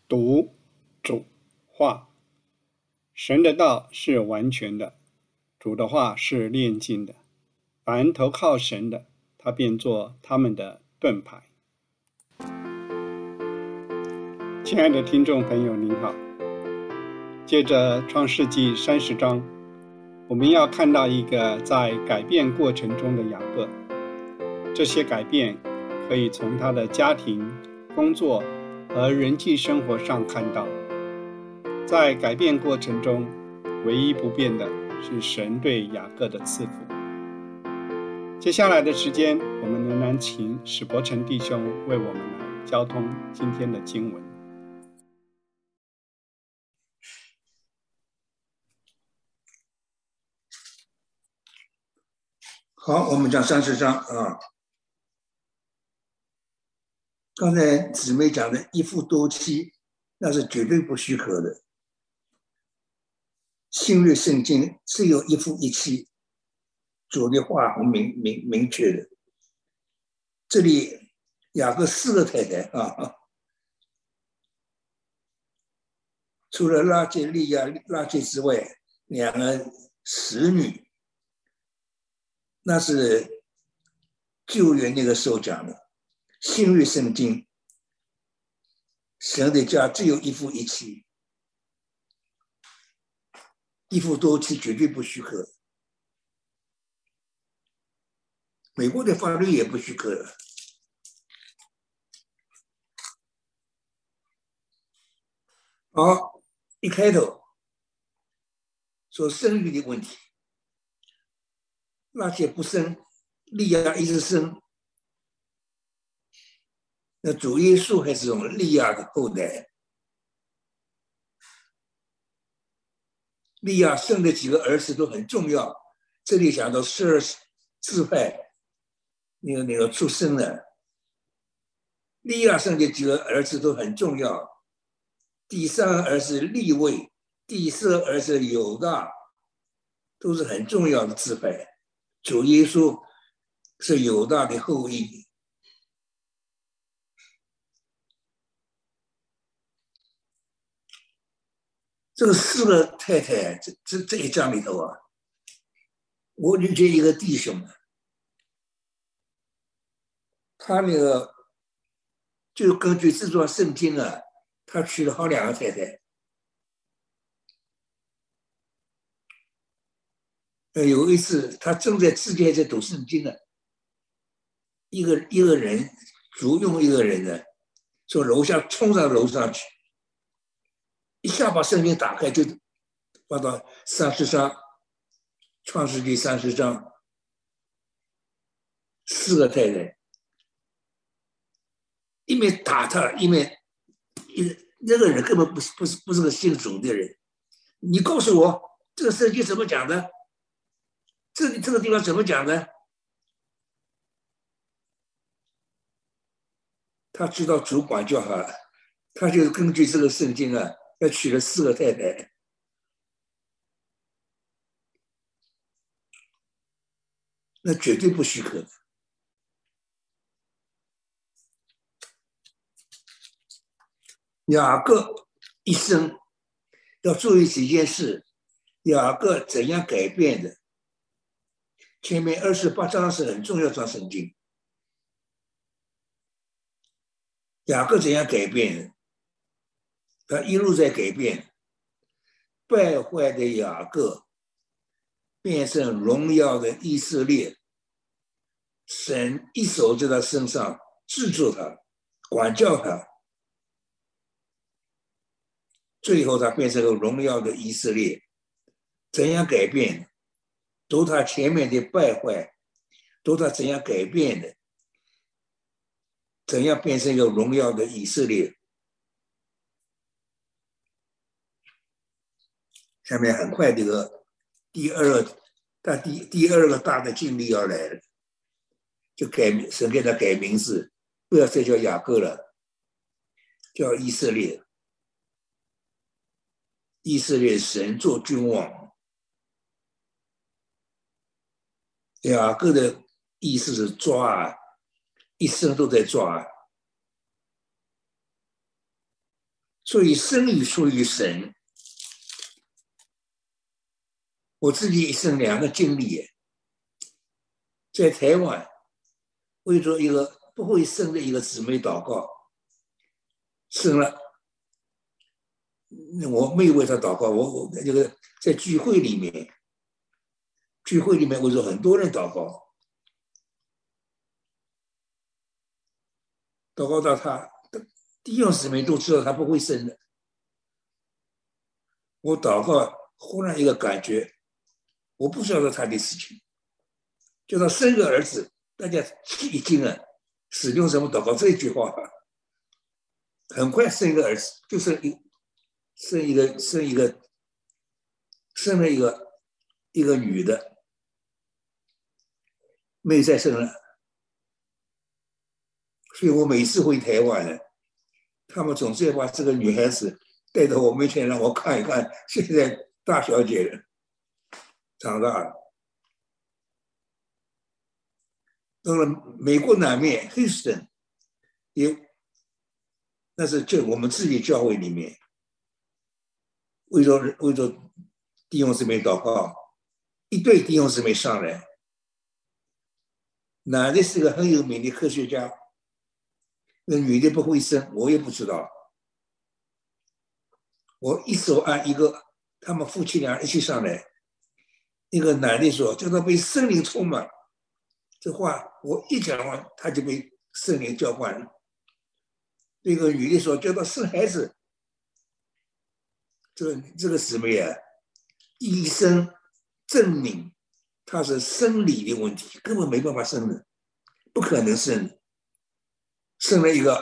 读、主、话。神的道是完全的，主的话是炼净的。凡投靠神的，他便做他们的盾牌。亲爱的听众朋友，您好。接着创世纪30章，我们要看到一个在改变过程中的雅各。这些改变可以从他的家庭、工作和人际生活上看到。在改变过程中，唯一不变的是神对雅各的赐福。接下来的时间，我们仍然请史伯成弟兄为我们来交通今天的经文。 好，我们讲30章啊。刚才姊妹讲的一夫多妻，那是绝对不许可的。新约圣经只有一夫一妻，主的话很明确的。这里雅各4个太太啊，除了拉结、利亚、拉结之外，2个使女，那是旧约那个时候讲的。新约圣经，神的家只有一夫一妻，一夫多妻绝对不许可。美国的法律也不许可的。好，一开头说生育的问题，拉结不生，利亚一直生，那主耶稣还是从利亚的后代。利亚生的几个儿子都很重要，这里讲到12支派那个出生的，利亚生的几个儿子都很重要。第3个儿子利未，第4个儿子犹大，都是很重要的支派。主耶稣是犹大的后裔。这个4个太太，这一章里头啊，我遇见一个弟兄，他那个就根据这段圣经啊，他娶了好2个太太。有一次他正在自己还在读圣经呢，一个人租用一个人呢，从楼下冲上楼上去，一下把圣经打开，就放到30章，创世纪30章，4个太太，一面打他，一面那个人根本不是个信主的人。你告诉我这个圣经怎么讲的？这个地方怎么讲的？他知道主管教他就根据这个圣经啊，要娶了4个太太。那绝对不许可的。雅各一生要注意几件事，雅各怎样改变的？前面28章是很重要的圣经。雅各怎样改变的？他一路在改变，败坏的雅各变成荣耀的以色列，神一手在他身上制住他，管教他，最后他变成个荣耀的以色列。怎样改变？读他前面的败坏，读他怎样改变的，怎样变成一个荣耀的以色列。下面很快这个第二个大的经历要来了，就神给他改名字，不要再叫雅各了，叫以色列。以色列神做君王。雅各的意思是抓，一生都在抓。 所以生育出于神。我自己一生2个经历，在台湾为着一个不会生的一个姊妹祷告，生了，我没有为她祷告，我这个在聚会里面为着很多人祷告，祷告到她弟兄姊妹都知道她不会生的，我祷告忽然一个感觉，我不晓得她的事情，叫她生个儿子，大家一惊啊，使用什么祷告这一句话，很快生一个儿子，就生了一个女的，没再生了。所以我每次回台湾，他们总是要把这个女孩子带到我面前让我看一看，现在大小姐了，长大了。到了美国南面 Houston， 那是就我们自己教会里面，为着弟兄姊妹祷告，一对弟兄姊妹上来，男的是个很有名的科学家，那女的不会生，我也不知道。我一手按一个，他们夫妻俩一起上来，那个男的说叫他被圣灵充满，这话我一讲完，他就被圣灵浇灌了。那个女的说叫他生孩子，这个姊妹啊，医生证明她是生理的问题，根本没办法生的，不可能生的，生了一个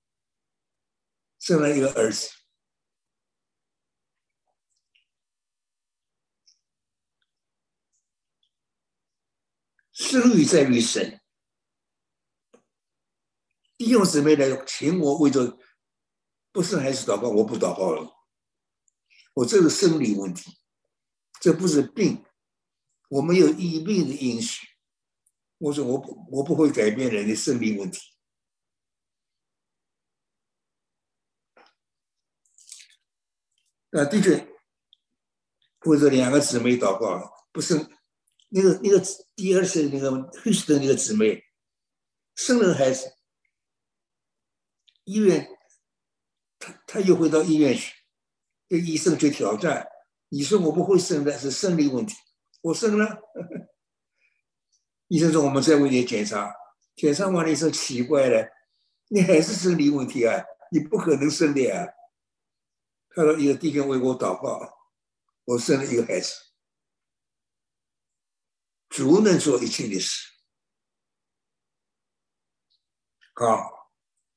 儿子。生育在于神，弟兄姊妹来请我为着不生孩子祷告，我不祷告了。我这是生理问题，这不是病，我没有医病的应许。我说我不会改变人的生理问题。那的确，为着2个姊妹祷告，不生那个第二次那个黑市的那个姊妹生了孩子，医院他又回到医院去，跟医生去挑战，你说我不会生的是生理问题，我生了。医生说我们再为你检查，检查完了医生奇怪了，你还是生理问题啊，你不可能生的啊。他说一个弟兄为我祷告，我生了一个孩子。主能做一切的事。好，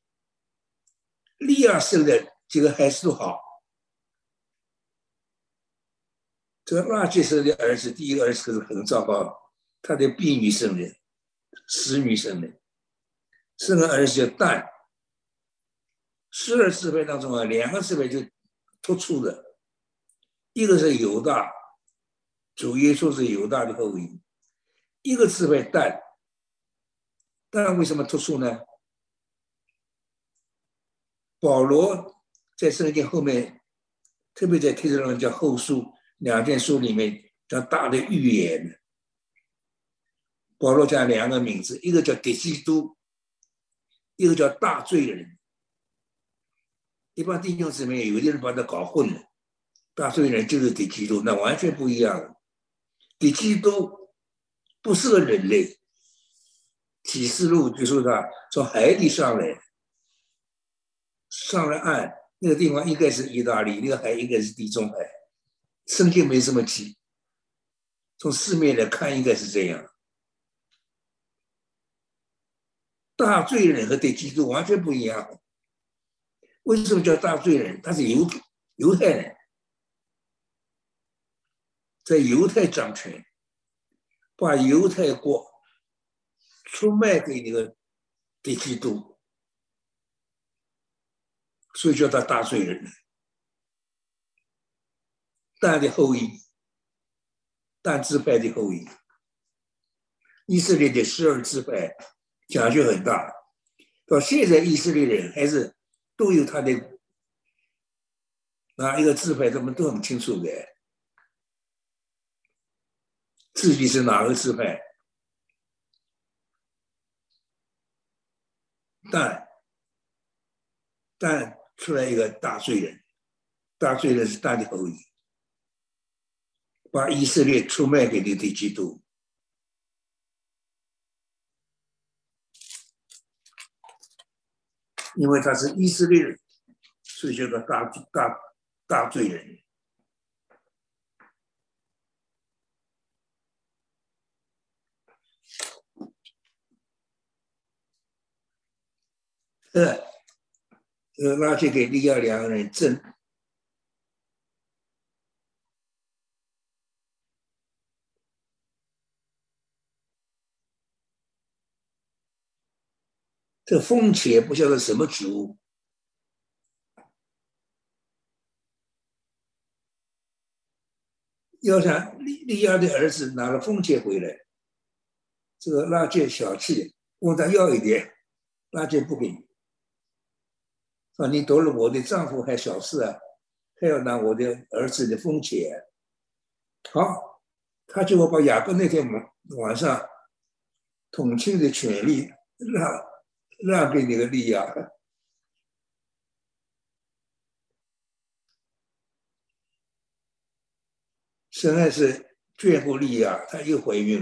利亚生的几个孩子都好。这个拉结生的儿子，第一个儿子是很糟糕，他的婢女生的，使女生的，生个儿子叫但。12支派当中啊，2个支派就突出的，一个是犹大，主耶稣是犹大的后裔。一个支派但为什么突出呢？保罗在圣经后面，特别在帖撒罗尼迦后书2卷书里面讲大的预言。保罗讲2个名字，一个叫敌基督，一个叫大罪人。一般弟兄姊妹有的人把它搞混了，大罪人就是敌基督，那完全不一样。敌基督不是个人类，启示录就说他从海底上来，上了岸，那个地方应该是意大利，那个海应该是地中海，圣经没什么记，从四面来看应该是这样。大罪人和对基督完全不一样。为什么叫大罪人？他是犹太人，在犹太掌权，把犹太国出卖给那个敌基督，所以叫他大罪人。但的后裔，但支派的后裔，以色列的12支派讲究很大，到现在以色列人还是都有他的哪一个支派他们都很清楚的，自己是哪个支派。但出来一个大罪人，大罪人是但的后裔，把以色列出卖给敌对基督。因为他是以色列人，所以叫做大罪人。拉结给利亚两个人争，这风茄不晓得什么植物，要想利亚的儿子拿了风茄回来，这个拉结小气，问他要一点，拉结不给。说你夺了我的丈夫还小事啊，还要拿我的儿子的风茄。好，他就把雅各那天晚上统治的权利让给那个利亚。神还是眷顾利亚，她又怀孕，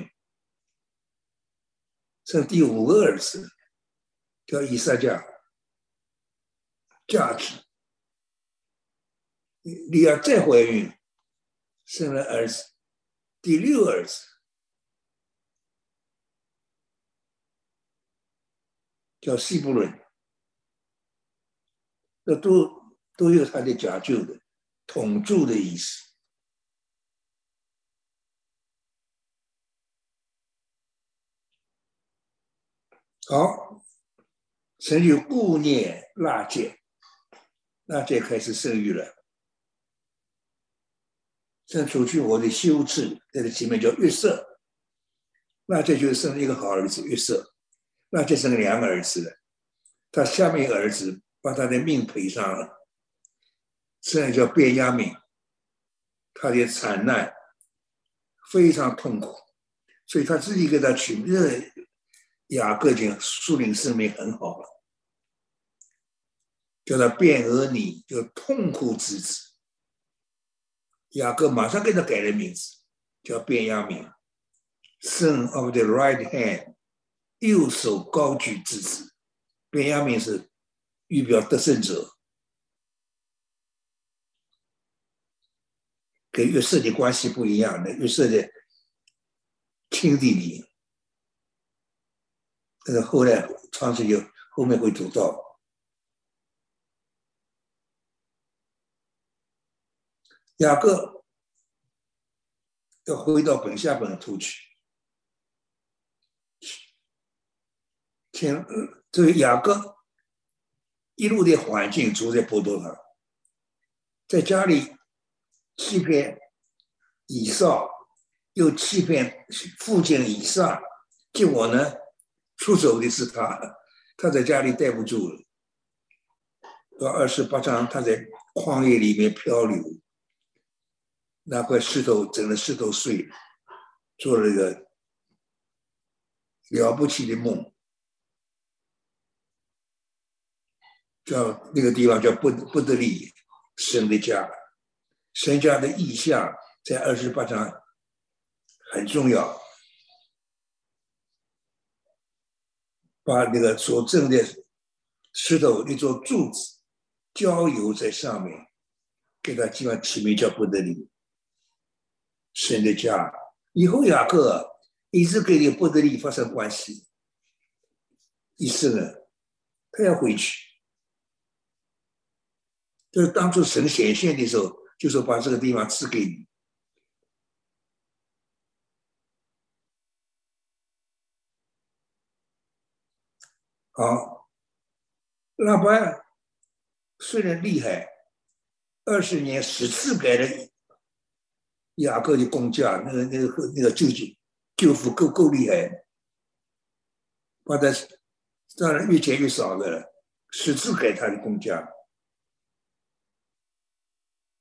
生第5个儿子，叫以撒嫁子。利亚再怀孕，生了儿子，第6个儿子，叫西布伦。这都有他的讲究的，统住的意思。好，神就顾念拉结，拉结开始生育了。神除去我的羞耻，在这前面叫约瑟，拉结就生了一个好儿子约瑟，拉结生了2个儿子了。他下面一个儿子把他的命赔上了，现在叫便雅悯，他的惨难非常痛苦，所以他自己给他取名雅各经树林生命很好了，叫他便俄尼，就痛苦之子。雅各马上给他改了名字，叫便雅悯 ，Son of the right hand， 右手高举之子。便雅悯是预表得胜者，跟约瑟的关系不一样的，约瑟的亲弟弟。但是后来创世就后面会读到，雅各要回到本下本土去。这个雅各一路的环境住在波多拉，在家里欺骗以扫，又欺骗父亲以撒，结果呢，出走的是他在家里待不住了。到28章，他在旷野里面漂流，那块石头整个石头碎了，做了一个了不起的梦，叫那个地方叫不得利，神的家，神家的意象在28章很重要，把那个所挣的石头一座柱子，浇油在上面，给他地方起名叫不得利，神的家。以后雅各一直跟这个不得利发生关系，意思呢，他要回去。就是当初神显现的时候，就说把这个地方赐给你。好，拉班虽然厉害，20年10次改了雅各的工价，那个舅父够厉害，把他当然越减越少的了，10次改他的工价。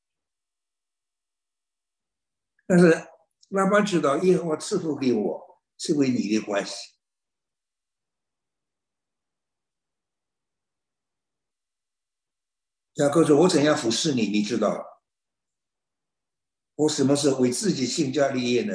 但是拉班知道耶和华赐福给我是为你的关系。雅各说：“我怎样服侍你，你知道？我什么时候为自己兴家立业呢？”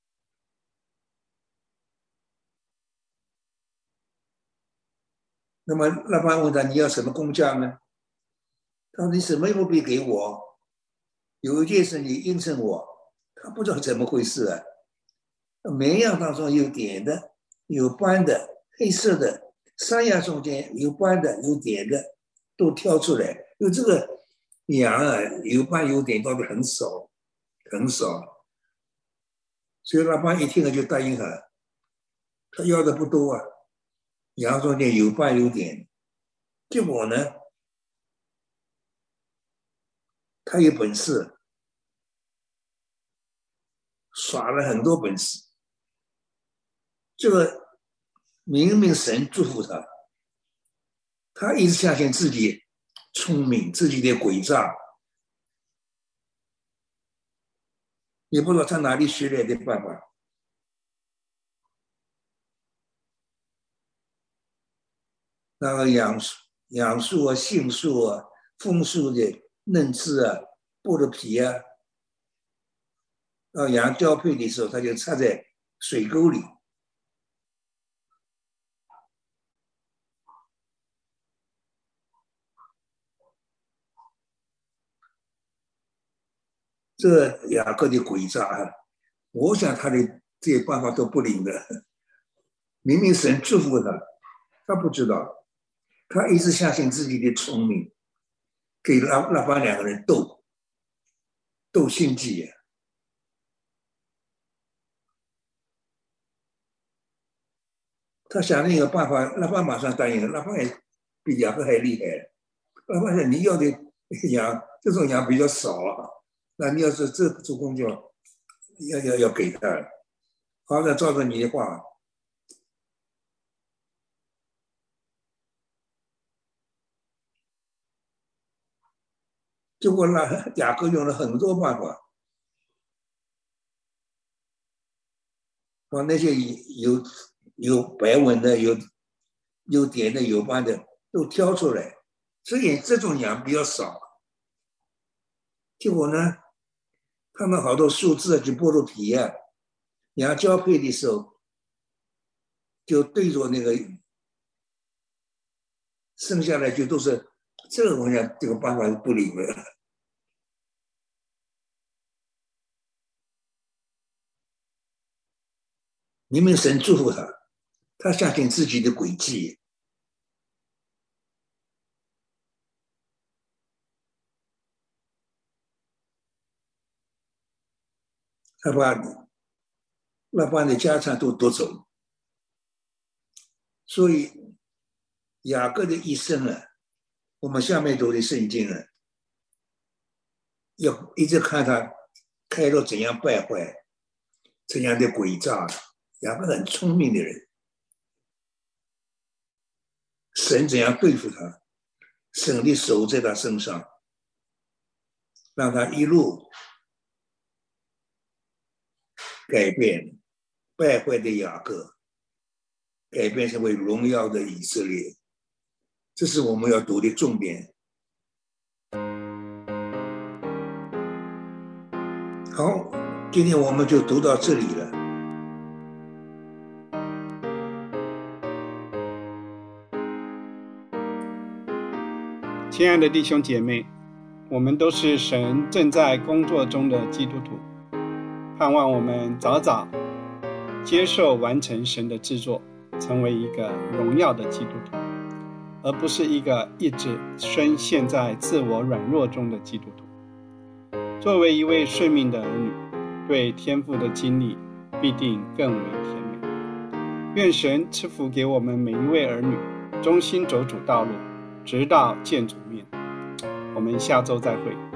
那么拉班问他：“你要什么工价呢？”他说：“你什么也不必给我，有一件事你应承我。”他不知道怎么回事啊。绵羊当中有点的、有斑的、黑色的，山羊中间有斑的、有点的，都挑出来。就这个羊啊，有斑有点到底很少，很少。所以拉班一听了就答应他，他要的不多啊，羊中间有斑有点。结果呢，他有本事，耍了很多本事。这个明明神祝福他，他一直相信自己聪明，自己的诡诈，也不知道他哪里学来的办法。那个杨树啊、杏树啊、枫树的嫩枝啊、剥了皮啊，到羊交配的时候，他就插在水沟里。这雅各的诡诈啊，我想他的这些办法都不灵的。明明神祝福他，他不知道，他一直相信自己的聪明，给拉班两个人斗心计。他想了一个办法，拉班马上答应了。拉班也比雅各还厉害。拉班说：“你要的羊，这种羊比较少啊，那你要是这做工作，要给他。好的，照着你的话。”结果雅各用了很多办法，把那些有白纹的、有点的、有斑的都挑出来，所以这种羊比较少。结果呢，他们好多树枝就剥了皮啊，羊交配的时候就对着那个，剩下来就都是这个东西，这个办法是不灵的。明明神祝福他，他相信自己的诡计。他把拉班的家产都夺走，所以雅各的一生啊，我们下面读的圣经啊，要一直看他开路怎样败坏，怎样的诡诈。雅各很聪明的人，神怎样对付他，神的手在他身上，让他一路改变败坏的雅各，改变成为荣耀的以色列。这是我们要读的重点。好，今天我们就读到这里了。 亲爱的弟兄姐妹，我们都是神正在工作中的基督徒，盼望我们早早接受完成神的制作，成为一个荣耀的基督徒，而不是一个一直深陷在自我软弱中的基督徒。作为一位顺命的儿女，对天父的经历必定更为甜美。愿神赐福给我们每一位儿女，忠心走主道路，直到见主面。我们下周再会。